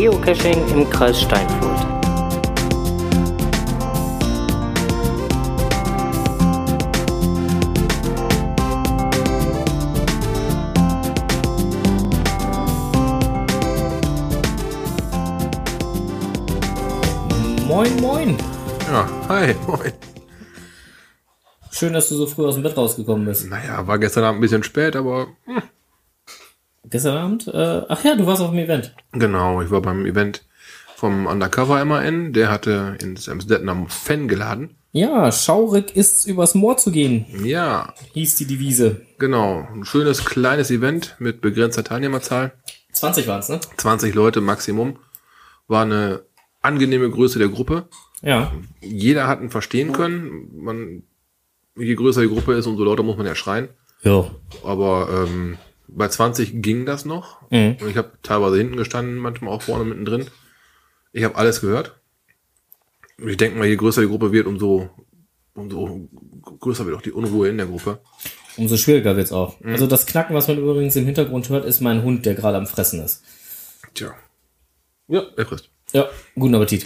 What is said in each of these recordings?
Geocaching im Kreis Steinfurt. Moin, moin. Ja, hi, moin. Schön, dass du so früh aus dem Bett rausgekommen bist. Naja, war gestern Abend ein bisschen spät, aber... Gestern Abend? Ach ja, du warst auf dem Event. Genau, ich war beim Event vom Undercover MAN. Der hatte ins Emsdettner Fan geladen. Ja, schaurig ist's übers Moor zu gehen, Ja, hieß die Devise. genau. Ein schönes, kleines Event mit begrenzter Teilnehmerzahl. 20 waren's, ne? 20 Leute Maximum. War eine angenehme Größe der Gruppe. Ja. Jeder hat ihn verstehen können. Je größer die Gruppe ist, umso lauter muss man ja schreien. Ja. Aber bei 20 ging das noch. Mhm. Und ich habe teilweise hinten gestanden, manchmal auch vorne mittendrin. Ich habe alles gehört. Ich denke mal, je größer die Gruppe wird, umso größer wird auch die Unruhe in der Gruppe. Umso schwieriger wird's auch. Also das Knacken, was man übrigens im Hintergrund hört, ist mein Hund, der gerade am Fressen ist. Tja. Ja. Er frisst. Ja, guten Appetit.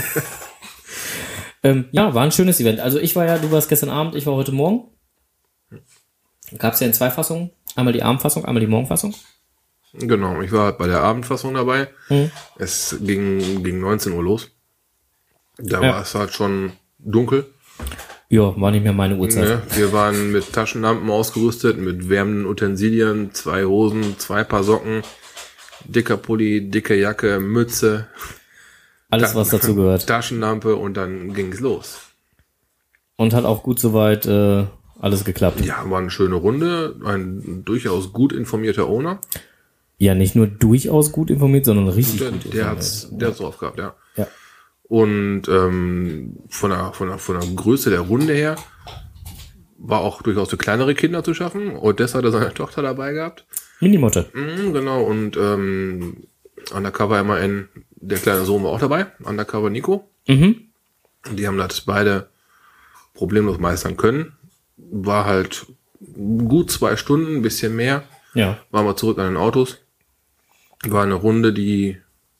Ja, war ein schönes Event. Also du warst gestern Abend, ich war heute Morgen. Gab's ja in 2 Fassungen. Einmal die Abendfassung, einmal die Morgenfassung. Genau, ich war bei der Abendfassung dabei. Mhm. Es ging 19 Uhr los. Da Ja. war es halt schon dunkel. Ja, war nicht mehr meine Uhrzeit. Ne? Wir waren mit Taschenlampen ausgerüstet, mit wärmenden Utensilien, 2 Hosen, 2 Paar Socken, dicker Pulli, dicke Jacke, Mütze, Alles, was dazu gehört. Taschenlampe und dann ging es los. Und hat auch gut soweit alles geklappt. Ja, war eine schöne Runde, ein durchaus gut informierter Owner. Ja, nicht nur durchaus gut informiert, sondern richtig Der, gut der informiert. hat's drauf gehabt, ja. Ja. Und von der Größe der Runde her war auch durchaus für kleinere Kinder zu schaffen. Odessa hatte seine Tochter dabei gehabt. Minimotte. Genau, und Undercover MAN, der kleine Sohn war auch dabei, Undercover Nico. Mhm. Die haben das beide problemlos meistern können. War halt gut 2 Stunden, ein bisschen mehr. Ja. Waren wir zurück an den Autos. War eine Runde, die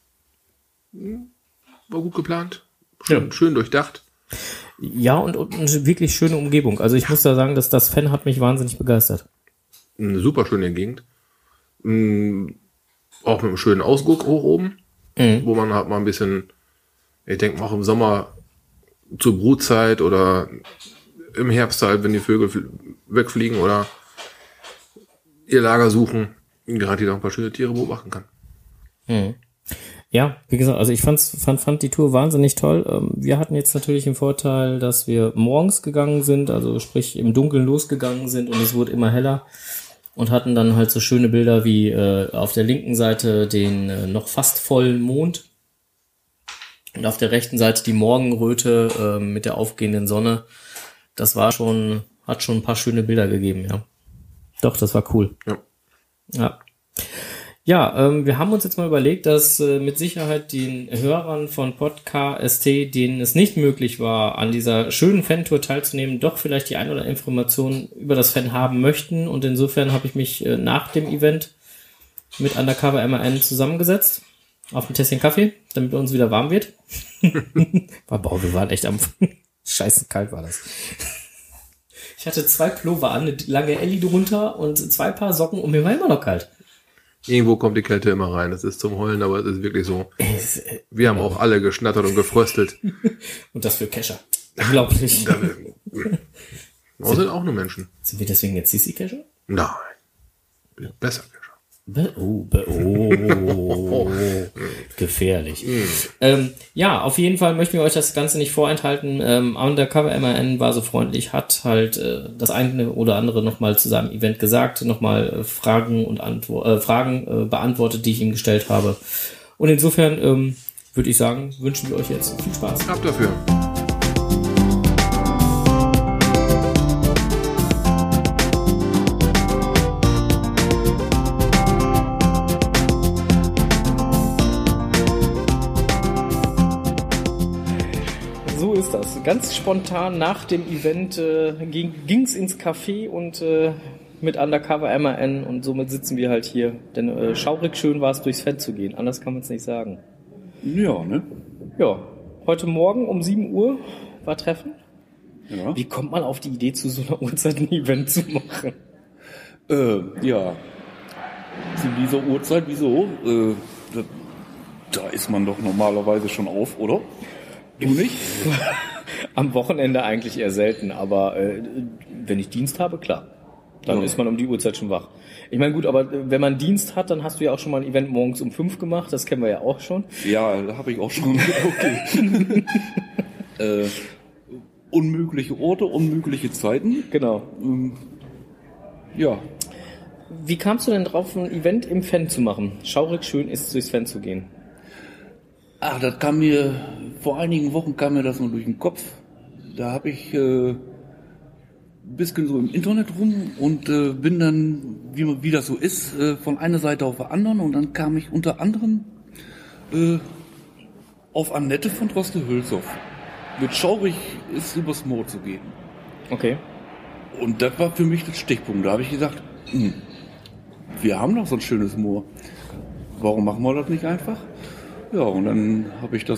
war gut geplant. Schön durchdacht. Ja, und eine wirklich schöne Umgebung. Also ich muss da sagen, dass das Fan hat mich wahnsinnig begeistert. Eine super schöne Gegend. Auch mit einem schönen Ausguck hoch oben, wo man halt mal ein bisschen, ich denke mal auch im Sommer zur Brutzeit oder im Herbst halt, wenn die Vögel wegfliegen oder ihr Lager suchen, garantiert auch ein paar schöne Tiere beobachten kann. Mhm. Ja, wie gesagt, also ich fand die Tour wahnsinnig toll. Wir hatten jetzt natürlich den Vorteil, dass wir morgens gegangen sind, also sprich im Dunkeln losgegangen sind und es wurde immer heller und hatten dann halt so schöne Bilder wie auf der linken Seite den noch fast vollen Mond und auf der rechten Seite die Morgenröte mit der aufgehenden Sonne. Das hat schon ein paar schöne Bilder gegeben, ja. Doch, das war cool. Ja. Ja. Ja, wir haben uns jetzt mal überlegt, dass mit Sicherheit den Hörern von Podcast, denen es nicht möglich war, an dieser schönen Fan-Tour teilzunehmen, doch vielleicht die ein oder andere Information über das Fan haben möchten. Und insofern habe ich mich nach dem Event mit Undercover MAN zusammengesetzt auf ein Tässchen Kaffee, damit uns wieder warm wird. Wir waren echt am scheiße kalt war das. Ich hatte 2 Pullover an, eine lange Elli drunter und 2 Paar Socken und mir war immer noch kalt. Irgendwo kommt die Kälte immer rein. Das ist zum Heulen, aber es ist wirklich so. Wir haben auch alle geschnattert und gefröstelt. Und das für Kescher. Unglaublich. Wir sind auch nur Menschen. Sind wir deswegen jetzt Sissi-Kescher? Nein. Besser Kescher. Gefährlich. Ja, auf jeden Fall möchten wir euch das Ganze nicht vorenthalten. Undercover MAN war so freundlich, hat halt das eine oder andere nochmal zu seinem Event gesagt, nochmal Fragen beantwortet, die ich ihm gestellt habe. Und insofern würde ich sagen, wünschen wir euch jetzt viel Spaß. Ab dafür. So ist das. Ganz spontan nach dem Event ging's ins Café und mit Undercover MAN und somit sitzen wir halt hier. Denn schaurig schön war es, durchs Fett zu gehen. Anders kann man es nicht sagen. Ja, ne? Ja, heute Morgen um 7 Uhr war Treffen. Ja. Wie kommt man auf die Idee, zu so einer Uhrzeit ein Event zu machen? Ja. Zu dieser Uhrzeit, wieso? Da ist man doch normalerweise schon auf, oder? Du nicht? Am Wochenende eigentlich eher selten, aber wenn ich Dienst habe, klar. Dann ist man um die Uhrzeit schon wach. Ich meine, gut, aber wenn man Dienst hat, dann hast du ja auch schon mal ein Event morgens um 5 gemacht, das kennen wir ja auch schon. Ja, da habe ich auch schon. Okay. Unmögliche Orte, unmögliche Zeiten. Genau. Ja. Wie kamst du denn drauf, ein Event im Fan zu machen? Schaurig schön ist, durchs Fan zu gehen. Ach, das kam mir, vor einigen Wochen kam mir das nur durch den Kopf. Da habe ich ein bisschen so im Internet rum und bin dann, wie das so ist, von einer Seite auf die anderen und dann kam ich unter anderem auf Annette von Droste-Hülshoff. Mit schaurig ist übers Moor zu gehen. Okay. Und das war für mich der Stichpunkt. Da habe ich gesagt, wir haben doch so ein schönes Moor. Warum machen wir das nicht einfach? Ja, und dann habe ich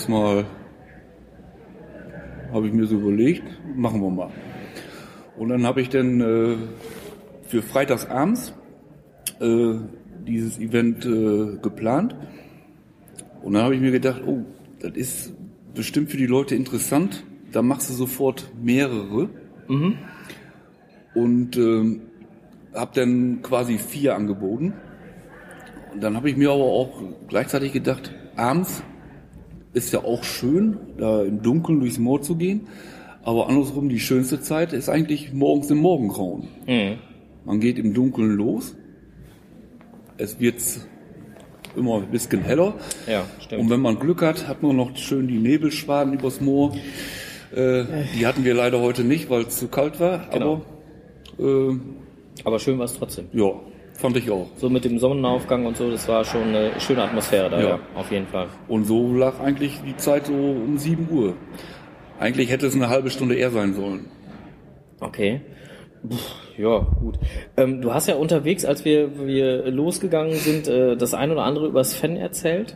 mir so überlegt, machen wir mal. Und dann habe ich dann für freitagsabends dieses Event geplant. Und dann habe ich mir gedacht, oh, das ist bestimmt für die Leute interessant. Da machst du sofort mehrere. Mhm. Und habe dann quasi 4 angeboten. Und dann habe ich mir aber auch gleichzeitig gedacht, abends ist ja auch schön, da im Dunkeln durchs Moor zu gehen. Aber andersrum, die schönste Zeit ist eigentlich morgens im Morgengrauen. Mhm. Man geht im Dunkeln los. Es wird immer ein bisschen heller. Ja, stimmt. Und wenn man Glück hat, hat man noch schön die Nebelschwaden übers Moor. Die hatten wir leider heute nicht, weil es zu kalt war. Genau. Aber schön war es trotzdem. Ja, fand ich auch. So mit dem Sonnenaufgang und so, das war schon eine schöne Atmosphäre da, ja, auf jeden Fall. Und so lag eigentlich die Zeit so um 7 Uhr. Eigentlich hätte es eine halbe Stunde eher sein sollen. Okay. Ja, gut. Du hast ja unterwegs, als wir losgegangen sind, das ein oder andere übers Fan erzählt.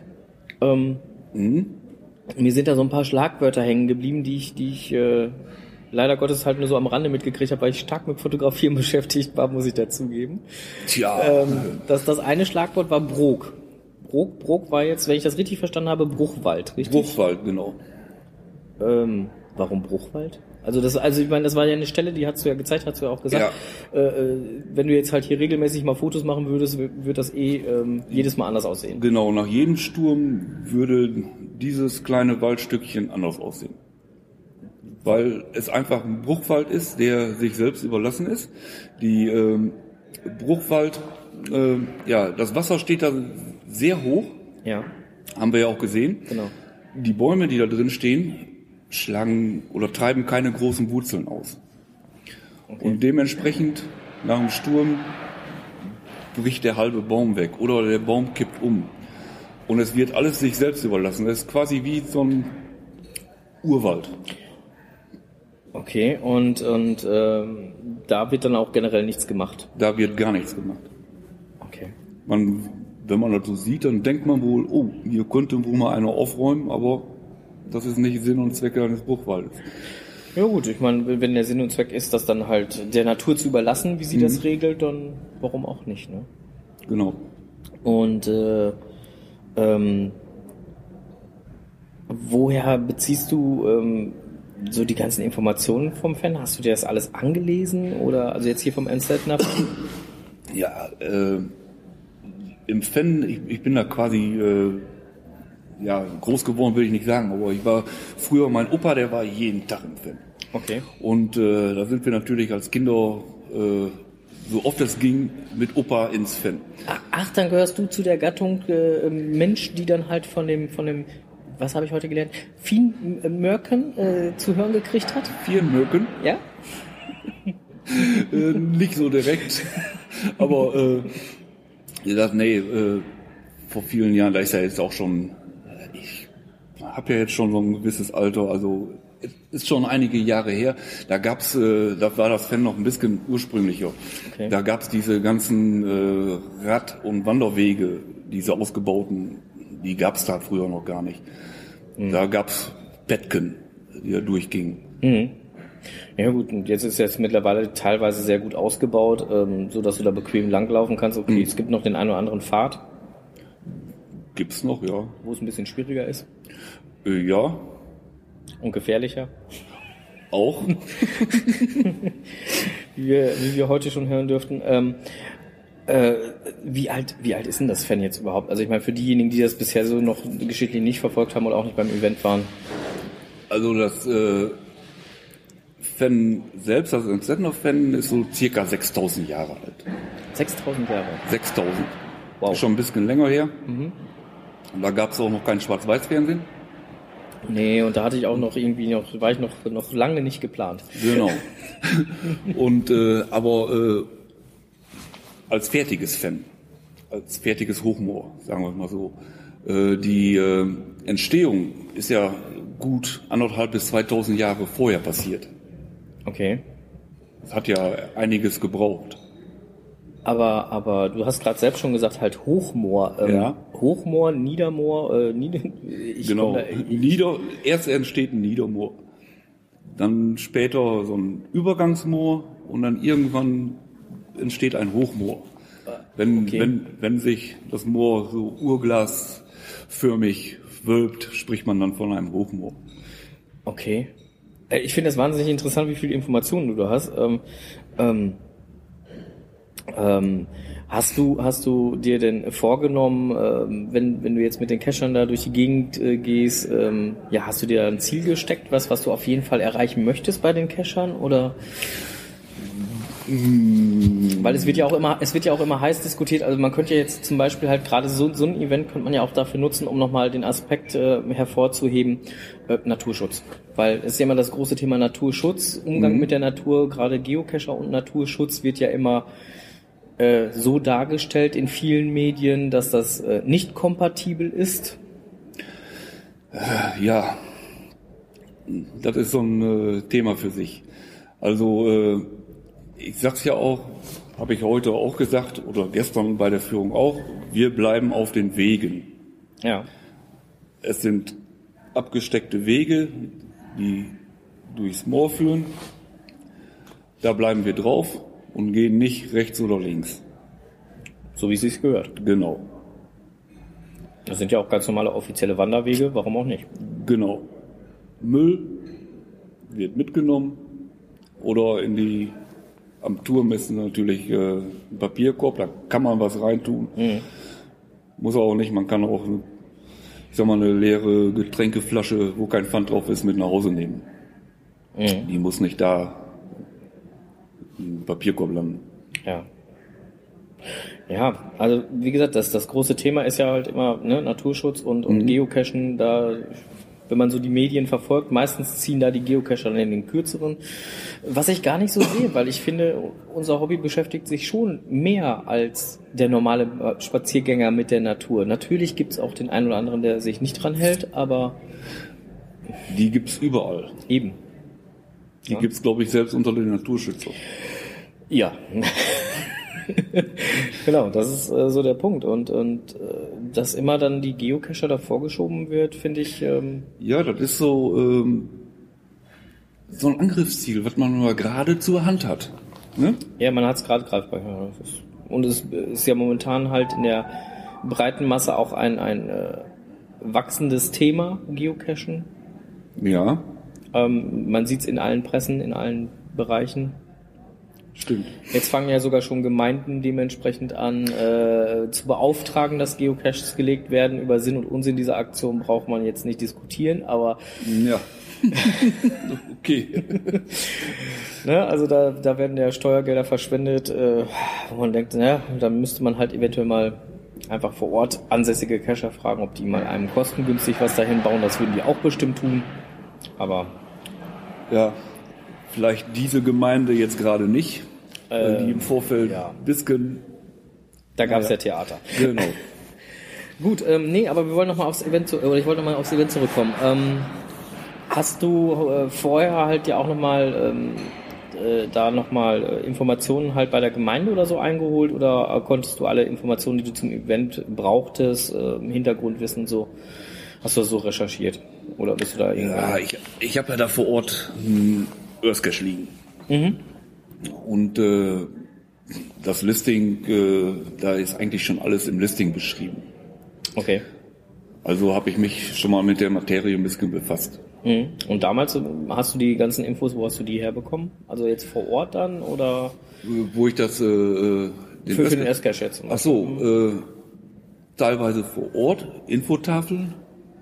Mir sind da so ein paar Schlagwörter hängen geblieben, die ich leider Gottes halt nur so am Rande mitgekriegt habe, weil ich stark mit Fotografieren beschäftigt war, muss ich dazugeben. Tja. Das eine Schlagwort war Brok. Brok war jetzt, wenn ich das richtig verstanden habe, Bruchwald, richtig? Bruchwald, genau. Warum Bruchwald? Also ich meine, das war ja eine Stelle, die hast du ja gezeigt, hast du ja auch gesagt. Ja. Wenn du jetzt halt hier regelmäßig mal Fotos machen würdest, würde das jedes Mal anders aussehen. Genau, nach jedem Sturm würde dieses kleine Waldstückchen anders aussehen. Weil es einfach ein Bruchwald ist, der sich selbst überlassen ist. Die Bruchwald, das Wasser steht da sehr hoch. Ja. Haben wir ja auch gesehen. Genau. Die Bäume, die da drin stehen, schlagen oder treiben keine großen Wurzeln aus. Okay. Und dementsprechend nach dem Sturm bricht der halbe Baum weg oder der Baum kippt um. Und es wird alles sich selbst überlassen. Es ist quasi wie so ein Urwald. Okay, und da wird dann auch generell nichts gemacht? Da wird gar nichts gemacht. Okay. Wenn man das so sieht, dann denkt man wohl, oh, hier könnte wohl mal einer aufräumen, aber das ist nicht Sinn und Zweck eines Bruchwaldes. Ja gut, ich meine, wenn der Sinn und Zweck ist, das dann halt der Natur zu überlassen, wie sie das regelt, dann warum auch nicht, ne? Genau. Und woher beziehst du so die ganzen Informationen vom Fan? Hast du dir das alles angelesen oder also jetzt hier vom Enstedtner? Ja, im Fan, ich bin da quasi groß geworden, will ich nicht sagen, aber ich war früher, mein Opa, der war jeden Tag im Fan. Okay. Und da sind wir natürlich als Kinder so oft es ging mit Opa ins Fan. Ach, dann gehörst du zu der Gattung Mensch, die dann halt von dem was habe ich heute gelernt? Fienmörken zu hören gekriegt hat? Fienmörken? Ja? Nicht so direkt. Aber vor vielen Jahren, da ist ja jetzt auch schon, ich habe ja jetzt schon so ein gewisses Alter, also ist schon einige Jahre her. Da war das Fan noch ein bisschen ursprünglicher. Okay. Da gab's diese ganzen Rad- und Wanderwege, diese ausgebauten. Die gab es da früher noch gar nicht. Da gab es Bettken, die da durchgingen. Ja gut, und jetzt ist es mittlerweile teilweise sehr gut ausgebaut, so dass du da bequem langlaufen kannst. Okay, es gibt noch den einen oder anderen Pfad, Gibt's noch, ja. wo es ein bisschen schwieriger ist Ja, und gefährlicher, auch. wie wir heute schon hören dürften. Wie alt ist denn das Fan jetzt überhaupt? Also ich meine, für diejenigen, die das bisher so noch geschichtlich nicht verfolgt haben oder auch nicht beim Event waren. Also das Fan selbst, also ein Sendner-Fan, ist so circa 6.000 Jahre alt. 6.000 Jahre. 6.000. Wow. Ist schon ein bisschen länger her. Und da gab es auch noch kein Schwarz-Weiß-Fernsehen. Nee, und da hatte ich auch noch war ich noch lange nicht geplant. Genau. Und aber als fertiges Fan, als fertiges Hochmoor, sagen wir mal so, die Entstehung ist ja gut 1.500 bis 2.000 Jahre vorher passiert. Okay. Das hat ja einiges gebraucht. Aber du hast gerade selbst schon gesagt, halt Hochmoor. Ja. Hochmoor, Niedermoor, Genau. Erst entsteht ein Niedermoor. Dann später so ein Übergangsmoor und dann irgendwann entsteht ein Hochmoor. Wenn sich das Moor so urglasförmig wölbt, spricht man dann von einem Hochmoor. Okay. Ich finde es wahnsinnig interessant, wie viele Informationen du da hast. Hast du dir denn vorgenommen, wenn du jetzt mit den Cachern da durch die Gegend gehst, hast du dir ein Ziel gesteckt, was du auf jeden Fall erreichen möchtest bei den Cachern, oder? Weil es wird ja auch immer heiß diskutiert. Also man könnte ja jetzt zum Beispiel halt gerade so ein Event könnte man ja auch dafür nutzen, um nochmal den Aspekt hervorzuheben, Naturschutz. Weil es ist ja immer das große Thema Naturschutz, Umgang mit der Natur, gerade Geocacher und Naturschutz wird ja immer so dargestellt in vielen Medien, dass das nicht kompatibel ist. Ja, das ist so ein Thema für sich. Also ich sag's ja auch, habe ich heute auch gesagt oder gestern bei der Führung auch, wir bleiben auf den Wegen. Ja. Es sind abgesteckte Wege, die durchs Moor führen. Da bleiben wir drauf und gehen nicht rechts oder links. So wie es sich gehört. Genau. Das sind ja auch ganz normale offizielle Wanderwege, warum auch nicht? Genau. Müll wird mitgenommen oder am Turm ist natürlich ein Papierkorb, da kann man was reintun. Muss auch nicht, man kann auch eine leere Getränkeflasche, wo kein Pfand drauf ist, mit nach Hause nehmen. Die muss nicht da im Papierkorb landen. Ja. Ja, also wie gesagt, das große Thema ist ja halt immer Naturschutz und Geocachen. Da, wenn man so die Medien verfolgt, meistens ziehen da die Geocacher dann in den kürzeren. Was ich gar nicht so sehe, weil ich finde, unser Hobby beschäftigt sich schon mehr als der normale Spaziergänger mit der Natur. Natürlich gibt's auch den einen oder anderen, der sich nicht dran hält, aber die gibt's überall. Eben. Die gibt's, glaube ich, selbst unter den Naturschützern. Ja. Genau, das ist so der Punkt. Und dass immer dann die Geocacher davor geschoben wird, finde ich... Ja, das ist so ein Angriffsziel, was man nur gerade zur Hand hat. Ne? Ja, man hat es gerade greifbar. Ja. Und es ist ja momentan halt in der breiten Masse auch ein wachsendes Thema, Geocachen. Ja. Man sieht es in allen Pressen, in allen Bereichen. Stimmt. Jetzt fangen ja sogar schon Gemeinden dementsprechend an zu beauftragen, dass Geocaches gelegt werden. Über Sinn und Unsinn dieser Aktion braucht man jetzt nicht diskutieren, aber... Ja. Okay. Also da werden ja Steuergelder verschwendet, wo man denkt, da müsste man halt eventuell mal einfach vor Ort ansässige Cacher fragen, ob die mal einem kostengünstig was dahin bauen. Das würden die auch bestimmt tun. Aber... Ja. Vielleicht diese Gemeinde jetzt gerade nicht, weil die im Vorfeld Bisken. Da gab es ja Theater. Genau. Gut, aber wir wollen noch mal ich wollte noch mal aufs Event zurückkommen. Hast du vorher halt ja auch noch mal da nochmal Informationen halt bei der Gemeinde oder so eingeholt oder konntest du alle Informationen, die du zum Event brauchtest, Hintergrundwissen so, hast du das so recherchiert? Oder bist du da irgendwie? Ja, ich habe ja da vor Ort einen Earthcache liegen. Und das Listing, da ist eigentlich schon alles im Listing beschrieben. Okay. Also habe ich mich schon mal mit der Materie ein bisschen befasst. Und damals hast du die ganzen Infos, wo hast du die herbekommen? Also jetzt vor Ort dann oder? Wo ich das für den Earthcache jetzt. Ach so, teilweise vor Ort, Infotafeln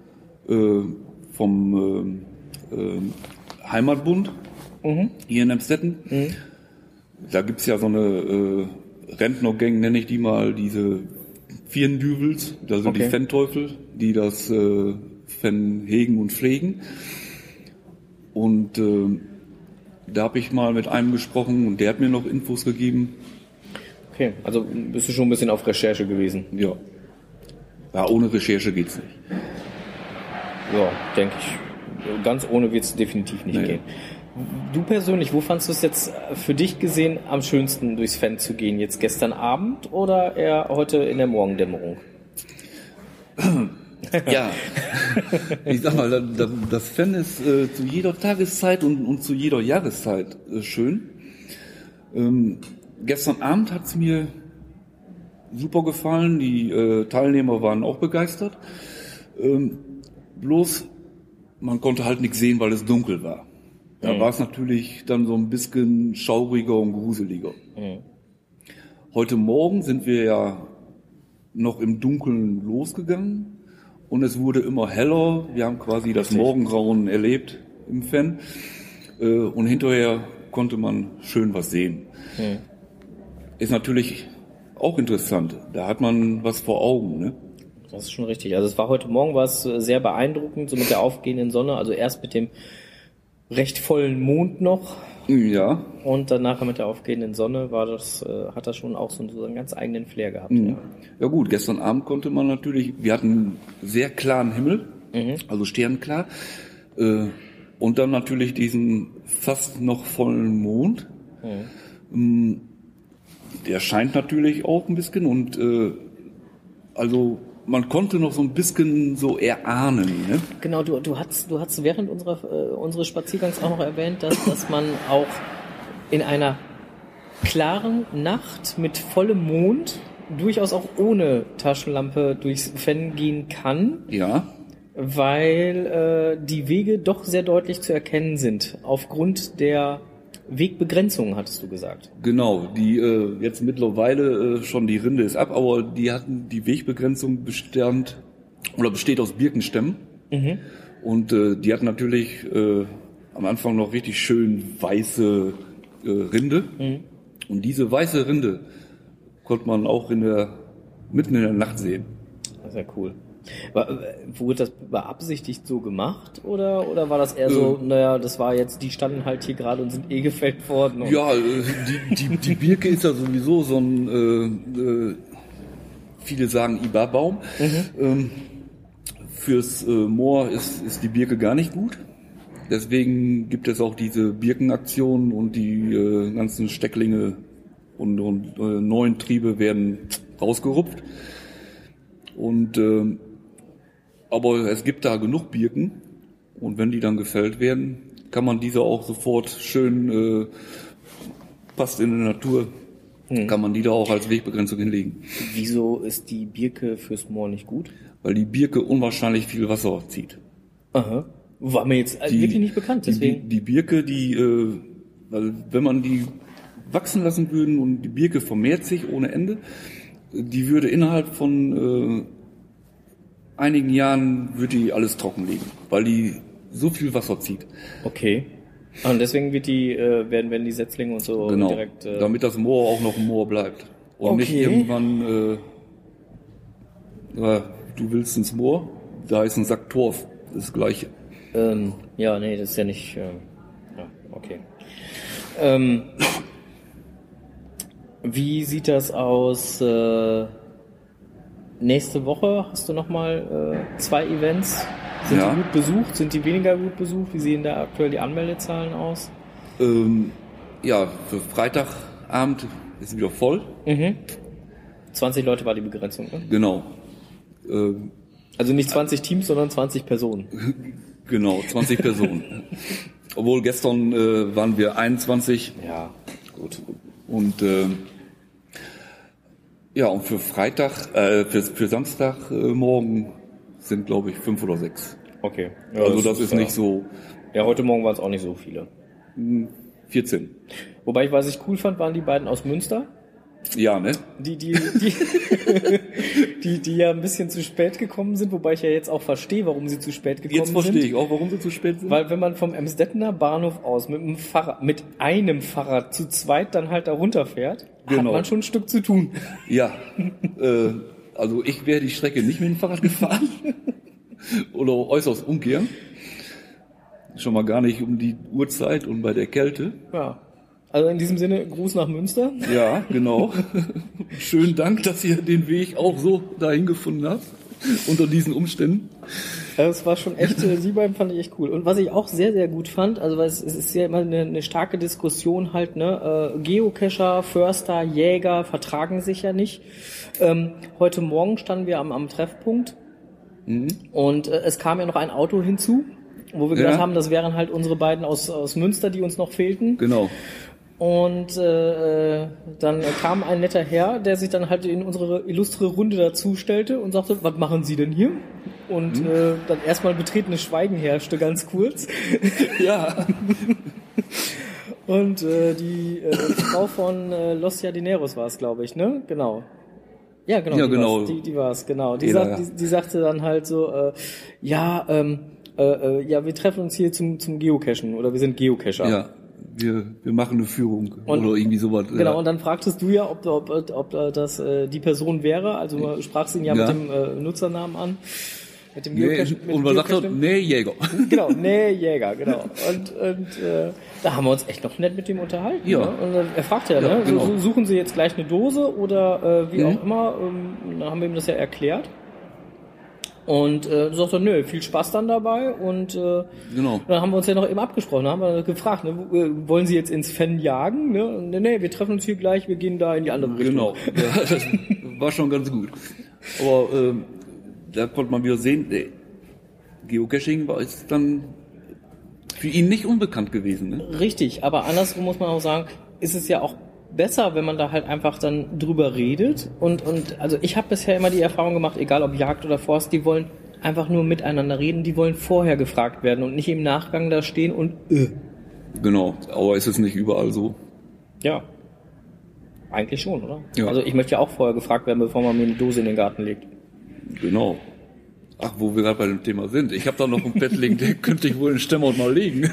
vom Heimatbund hier in Emstetten. Da gibt's ja so eine Rentnergang, nenne ich die mal, diese Vierendüvels, also die Fan-Teufel, die das Fan hegen und pflegen. Und da habe ich mal mit einem gesprochen und der hat mir noch Infos gegeben. Okay, also bist du schon ein bisschen auf Recherche gewesen? Ja. Ja, ohne Recherche geht's nicht. Ja, denke ich. Ganz ohne wird's definitiv nicht gehen. Du persönlich, wo fandst du es jetzt für dich gesehen am schönsten, durchs Fan zu gehen? Jetzt gestern Abend oder eher heute in der Morgendämmerung? Ja, ich sag mal, das Fan ist zu jeder Tageszeit und zu jeder Jahreszeit schön. Gestern Abend hat's mir super gefallen, die Teilnehmer waren auch begeistert. Bloß, man konnte halt nichts sehen, weil es dunkel war. Da war es natürlich dann so ein bisschen schauriger und gruseliger. Heute Morgen sind wir ja noch im Dunkeln losgegangen und es wurde immer heller. Wir haben quasi das Morgengrauen erlebt im Fan und hinterher konnte man schön was sehen. Ist natürlich auch interessant. Da hat man was vor Augen, ne? Das ist schon richtig. Also es war heute Morgen sehr beeindruckend, so mit der aufgehenden Sonne. Also erst mit dem recht vollen Mond noch. Ja. Und danach mit der aufgehenden Sonne hat das schon auch so einen ganz eigenen Flair gehabt. Ja gut, gestern Abend konnte man natürlich, wir hatten einen sehr klaren Himmel, also sternklar, und dann natürlich diesen fast noch vollen Mond. Der scheint natürlich auch ein bisschen und also man konnte noch so ein bisschen so erahnen, ne? Genau, du hast während unseres Spaziergangs auch noch erwähnt, dass man auch in einer klaren Nacht mit vollem Mond durchaus auch ohne Taschenlampe durchs Fan gehen kann. Ja. Weil die Wege doch sehr deutlich zu erkennen sind, aufgrund der Wegbegrenzung, hattest du gesagt. Genau, die jetzt mittlerweile schon die Rinde ist ab, aber die hatten die Wegbegrenzung besteht aus Birkenstämmen. Und die hatten natürlich am Anfang noch richtig schön weiße Rinde. Und diese weiße Rinde konnte man auch mitten in der Nacht sehen. Sehr cool. Wurde das beabsichtigt so gemacht oder war das eher so, das war jetzt, die standen halt hier gerade und sind gefällt worden? Ja, die Birke ist ja sowieso so ein, viele sagen Iba-Baum. Fürs Moor ist die Birke gar nicht gut. Deswegen gibt es auch diese Birkenaktionen und die ganzen Stecklinge und neuen Triebe werden rausgerupft. Und aber es gibt da genug Birken und wenn die dann gefällt werden, kann man diese auch sofort schön passt in der Natur, kann man die da auch als Wegbegrenzung hinlegen. Wieso ist die Birke fürs Moor nicht gut? Weil die Birke unwahrscheinlich viel Wasser zieht. Aha. War mir jetzt wirklich nicht bekannt, deswegen. Die Birke, also wenn man die wachsen lassen würden und die Birke vermehrt sich ohne Ende, die würde innerhalb von einigen Jahren würde die alles trocken liegen, weil die so viel Wasser zieht. Okay. Und deswegen werden die Setzlinge und so direkt... damit das Moor auch noch ein Moor bleibt. Und nicht irgendwann, du willst ins Moor, da ist ein Sack Torf, das Gleiche. Ja, nee, das ist ja nicht... okay. Wie sieht das aus... nächste Woche hast du nochmal 2 Events. Sind die gut besucht? Sind die weniger gut besucht? Wie sehen da aktuell die Anmeldezahlen aus? Ja, für Freitagabend ist wieder voll. 20 Leute war die Begrenzung, ne? Genau. Also nicht 20 Teams, sondern 20 Personen. Genau, 20 Personen. Obwohl gestern waren wir 21. Ja, gut. Und und für Freitag, für Samstag morgen sind, glaube ich, 5 oder 6. Okay. Ja, Also das ist nicht so. Ja, heute Morgen waren es auch nicht so viele. 14. Wobei was ich cool fand, waren die beiden aus Münster. Ja, ne? Die ja ein bisschen zu spät gekommen sind, wobei ich ja jetzt auch verstehe, warum sie zu spät gekommen sind. Jetzt verstehe ich auch, warum sie zu spät sind. Weil wenn man vom Emsdettener Bahnhof aus mit einem Fahrrad zu zweit dann halt da runterfährt, hat man schon ein Stück zu tun. Ja, also ich wäre die Strecke nicht mit dem Fahrrad gefahren oder äußerst ungern. Schon mal gar nicht um die Uhrzeit und bei der Kälte. Ja. Also in diesem Sinne, Gruß nach Münster. Ja, genau. Schönen Dank, dass ihr den Weg auch so dahin gefunden habt, unter diesen Umständen. Das war schon echt, die beiden fand ich echt cool. Und was ich auch sehr, sehr gut fand, also weil es ist ja immer eine starke Diskussion halt, ne, Geocacher, Förster, Jäger vertragen sich ja nicht. Heute Morgen standen wir am Treffpunkt und es kam ja noch ein Auto hinzu, wo wir gedacht haben, das wären halt unsere beiden aus Münster, die uns noch fehlten. Genau. Und dann kam ein netter Herr, der sich dann halt in unsere illustre Runde dazu stellte und sagte, was machen Sie denn hier? Und dann erstmal betretenes Schweigen herrschte, ganz kurz. Ja. Und die Frau von Los Jardineros war es, glaube ich, ne? Genau. Ja, genau. Ja, genau. Die war es, genau. Die sagte dann halt so, ja, wir treffen uns hier zum Geocachen oder wir sind Geocacher. Ja. Wir machen eine Führung oder irgendwie sowas. Genau, und dann fragtest du ja, ob das die Person wäre. Also du sprachst ihn ja mit dem Nutzernamen an. Mit dem Geocache. Und man sagt so, nee, Jäger. Genau, nee, Jäger, genau. Und da haben wir uns echt noch nett mit dem unterhalten. Ja. Ne? Und er fragte ja, ne? Genau. So, suchen Sie jetzt gleich eine Dose oder wie auch immer. Dann haben wir ihm das ja erklärt. Und sagte, nö, viel Spaß dann dabei und genau. Dann haben wir uns ja noch eben abgesprochen, haben wir gefragt, ne, wollen Sie jetzt ins Fan jagen? Ne? Und, nee, wir treffen uns hier gleich, wir gehen da in die andere Richtung. Genau, ja, das war schon ganz gut. Aber da konnte man wieder sehen, Geocaching war jetzt dann für ihn nicht unbekannt gewesen. Ne? Richtig, aber andersrum muss man auch sagen, ist es ja auch besser, wenn man da halt einfach dann drüber redet und also ich habe bisher immer die Erfahrung gemacht, egal ob Jagd oder Forst, die wollen einfach nur miteinander reden, die wollen vorher gefragt werden und nicht im Nachgang da stehen und Genau, aber ist es nicht überall so? Ja, eigentlich schon, oder? Ja. Also ich möchte ja auch vorher gefragt werden, bevor man mir eine Dose in den Garten legt. Genau. Ach, wo wir gerade bei dem Thema sind. Ich habe da noch ein Bett liegen, den könnte ich wohl in Stemmort mal legen.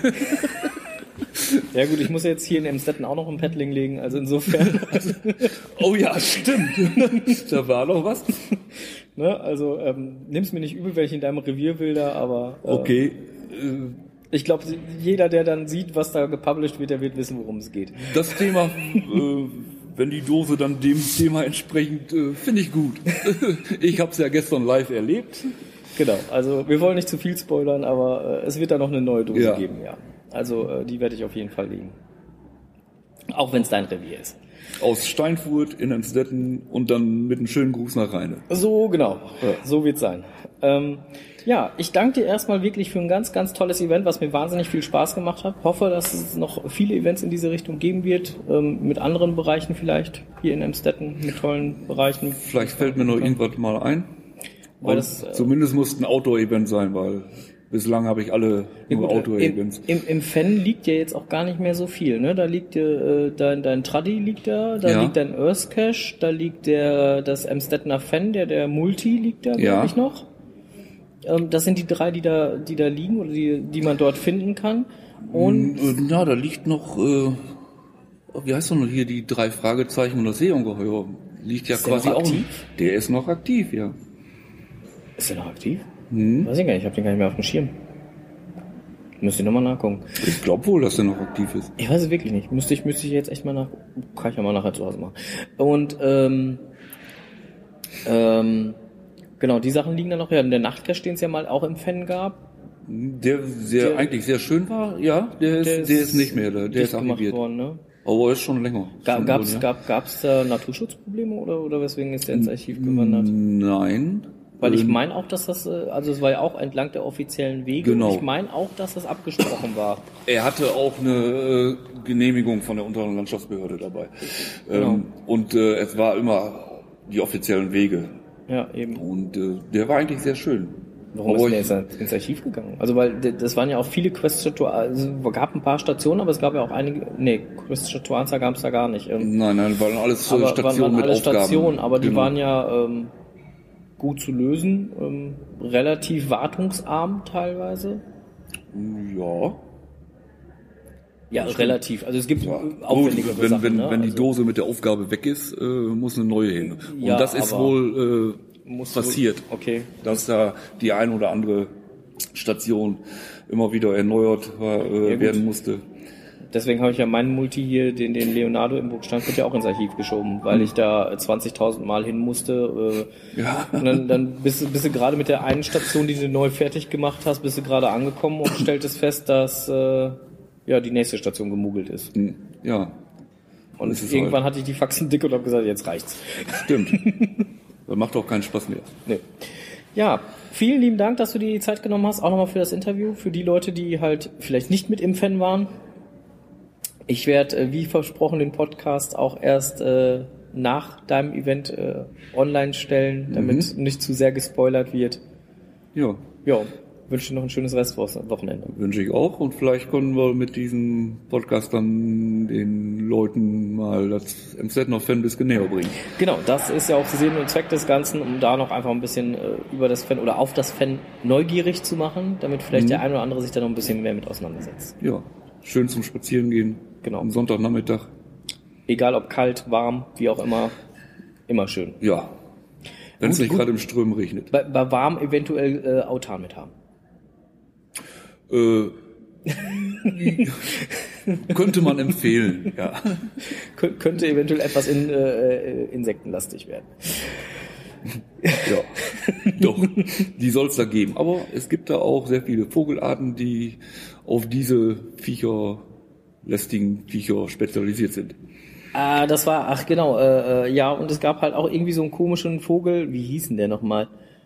Ja gut, ich muss jetzt hier in Emsdetten auch noch ein Paddling legen, also insofern. Oh ja, stimmt. Da war noch was. Ne, also nimm's mir nicht übel, wenn ich in deinem Revier will da, aber okay. Ich glaube, jeder, der dann sieht, was da gepublished wird, der wird wissen, worum es geht. Das Thema, wenn die Dose dann dem Thema entsprechend, finde ich gut. Ich habe es ja gestern live erlebt. Genau, also wir wollen nicht zu viel spoilern, aber es wird da noch eine neue Dose Ja. geben, ja. Also die werde ich auf jeden Fall legen. Auch wenn es dein Revier ist. Aus Steinfurt in Emsdetten und dann mit einem schönen Gruß nach Rheine. So, genau. Ja. So wird's sein. Ja, ich danke dir erstmal wirklich für ein ganz, ganz tolles Event, was mir wahnsinnig viel Spaß gemacht hat. Hoffe, dass es noch viele Events in diese Richtung geben wird, mit anderen Bereichen vielleicht, hier in Emsdetten, mit tollen Bereichen. Vielleicht fällt mir noch irgendwas mal ein. Weil das, zumindest muss ein Outdoor-Event sein, weil bislang habe ich alle nur Outdoor-Events. Im Fan liegt ja jetzt auch gar nicht mehr so viel, ne? Da liegt dein Traddy liegt da Ja. liegt dein Earth Cache, da liegt das Emsdettener Fan, der Multi liegt da, Ja. glaube ich, noch. Das sind die drei, die da liegen oder die man dort finden kann. Und Na, da liegt noch, wie heißt noch hier, die 3 Fragezeichen und das Seeungeheuer. Liegt ja Ist der quasi noch auch. aktiv? Der ist noch aktiv, ja. ist der noch aktiv? Weiß ich gar nicht, ich habe den gar nicht mehr auf dem Schirm. Müsste ich nochmal nachgucken. Ich glaube wohl, dass der noch aktiv ist. Ich weiß es wirklich nicht. Müsste ich jetzt echt mal nach. Kann ich ja mal nachher zu Hause machen. Und genau, die Sachen liegen da noch. Ja, in der Nachtcache, den es ja mal auch im Fan gab. Der eigentlich sehr schön war, ja, der ist nicht mehr da. Der ist gemacht aktiviert. worden, ne? Aber ist schon länger. Gab's da Naturschutzprobleme oder weswegen ist der ins Archiv gewandert? Nein. Weil ich meine auch, dass das, also es war ja auch entlang der offiziellen Wege. Genau. Ich meine auch, dass das abgesprochen war. Er hatte auch eine Genehmigung von der unteren Landschaftsbehörde dabei. Genau. Und es war immer die offiziellen Wege. Ja, eben. Und der war eigentlich sehr schön. Warum ist der ins Archiv gegangen? Also weil das waren ja auch viele Quest-Statuaren, also es gab ein paar Stationen, aber es gab ja auch einige, Quest-Statuaren gab es da gar nicht. Nein, waren alles Stationen waren mit alles Aufgaben. Stationen, aber die Genau. waren ja gut zu lösen, relativ wartungsarm teilweise. Ja. Ja, relativ. Also es gibt aufwendigere aufwendigere Sachen. Wenn die Dose mit der Aufgabe weg ist, muss eine neue hin. Und Ja, das ist aber wohl passiert. Okay. Dass da die ein oder andere Station immer wieder erneuert werden musste. Deswegen habe ich ja meinen Multi hier, den Leonardo im Burgsteinfurt ja auch ins Archiv geschoben, weil ich da 20.000 Mal hin musste. Und dann bist du gerade mit der einen Station, die du neu fertig gemacht hast, bist du gerade angekommen und stelltest fest, dass die nächste Station gemogelt ist. Ja. Und irgendwann hatte ich die Faxen dick und habe gesagt, jetzt reicht's. Stimmt. Das macht auch keinen Spaß mehr. Nee. Ja, vielen lieben Dank, dass du dir die Zeit genommen hast, auch nochmal für das Interview, für die Leute, die halt vielleicht nicht mit im Fan waren. Ich werde, wie versprochen, den Podcast auch erst nach deinem Event online stellen, damit nicht zu sehr gespoilert wird. Ja. Ja, wünsche dir noch ein schönes Restwochenende. Wünsche ich auch. Und vielleicht können wir mit diesem Podcast dann den Leuten mal das Emsdettner Fan ein bisschen näher bringen. Genau, das ist ja auch Sinn und Zweck des Ganzen, um da noch einfach ein bisschen über das Fan oder auf das Fan neugierig zu machen, damit vielleicht der ein oder andere sich da noch ein bisschen mehr mit auseinandersetzt. Ja, schön zum Spazieren gehen. Genau. Am Sonntagnachmittag. Egal ob kalt, warm, wie auch immer schön. Ja. Wenn es nicht gerade im Strömen regnet. Bei warm eventuell Autan mit haben. Könnte man empfehlen, ja. Könnte eventuell etwas insektenlastig werden. Ja, doch, die soll es da geben. Aber es gibt da auch sehr viele Vogelarten, die auf diese lästigen Viecher spezialisiert sind. Das war, ja, und es gab halt auch irgendwie so einen komischen Vogel, wie hieß denn der nochmal?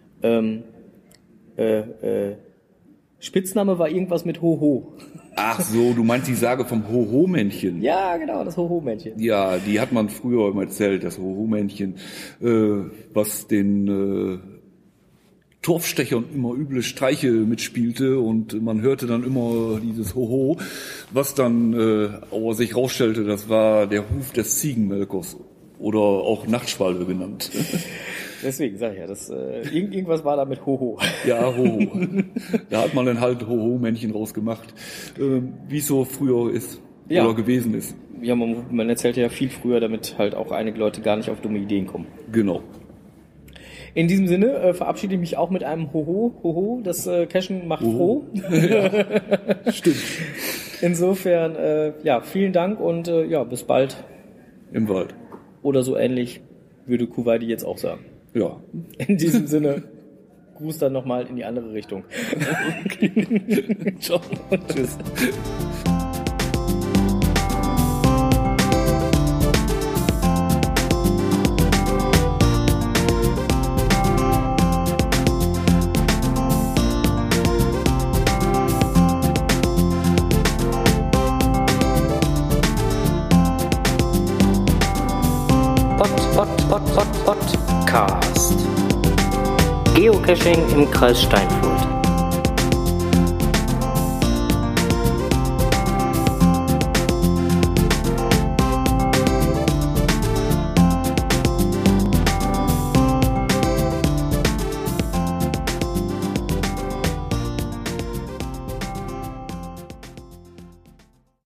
Spitzname war irgendwas mit Hoho. Ach so, du meinst die Sage vom Hoho-Männchen? Ja, genau, das Hoho-Männchen. Ja, die hat man früher immer erzählt, das Hoho-Männchen, was den Torfstechern immer üble Streiche mitspielte und man hörte dann immer dieses Hoho, was dann aber sich rausstellte, das war der Huf des Ziegenmelkers oder auch Nachtschwalbe genannt. Deswegen sag ich ja, das irgendwas war da mit Hoho. Ja, Hoho. Da hat man dann halt Hoho-Männchen rausgemacht, wie es so früher ist oder gewesen ist. Ja, man erzählt ja viel früher, damit halt auch einige Leute gar nicht auf dumme Ideen kommen. Genau. In diesem Sinne verabschiede ich mich auch mit einem Hoho. Das Cashen macht froh. Ja, stimmt. Insofern, vielen Dank und bis bald. Im Wald. Oder so ähnlich, würde Kuwaiti jetzt auch sagen. Ja. In diesem Sinne, Gruß dann nochmal in die andere Richtung. Ciao und tschüss. Podcast. Geocaching im Kreis Steinfurt.